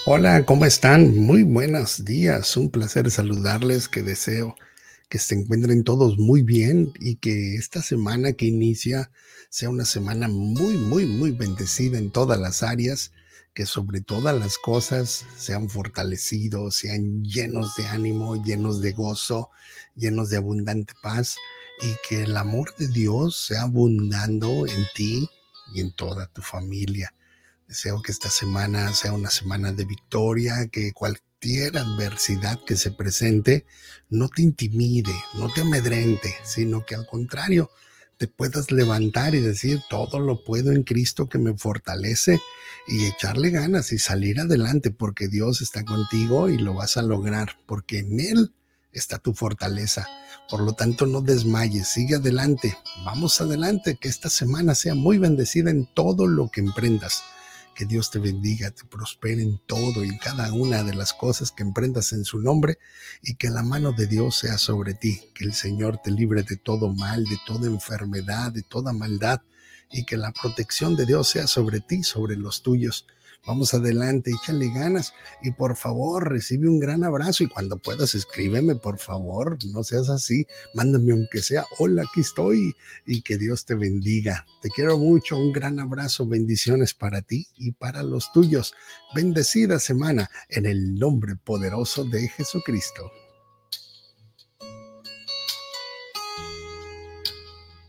Hola, ¿cómo están? Muy buenos días. Un placer saludarles, que deseo que se encuentren todos muy bien y que esta semana que inicia sea una semana muy, muy, muy bendecida en todas las áreas, que sobre todas las cosas sean fortalecidos, sean llenos de ánimo, llenos de gozo, llenos de abundante paz y que el amor de Dios sea abundando en ti y en toda tu familia. Deseo que esta semana sea una semana de victoria, que cualquier adversidad que se presente no te intimide, no te amedrente, sino que al contrario, te puedas levantar y decir, todo lo puedo en Cristo que me fortalece y echarle ganas y salir adelante porque Dios está contigo y lo vas a lograr, porque en Él está tu fortaleza. Por lo tanto, no desmayes, sigue adelante, vamos adelante, que esta semana sea muy bendecida en todo lo que emprendas. Que Dios te bendiga, te prospere en todo y en cada una de las cosas que emprendas en su nombre y que la mano de Dios sea sobre ti, que el Señor te libre de todo mal, de toda enfermedad, de toda maldad y que la protección de Dios sea sobre ti, sobre los tuyos. Vamos adelante, échale ganas y por favor recibe un gran abrazo y cuando puedas escríbeme, por favor, no seas así, mándame aunque sea, hola, aquí estoy y que Dios te bendiga. Te quiero mucho, un gran abrazo, bendiciones para ti y para los tuyos. Bendecida semana en el nombre poderoso de Jesucristo.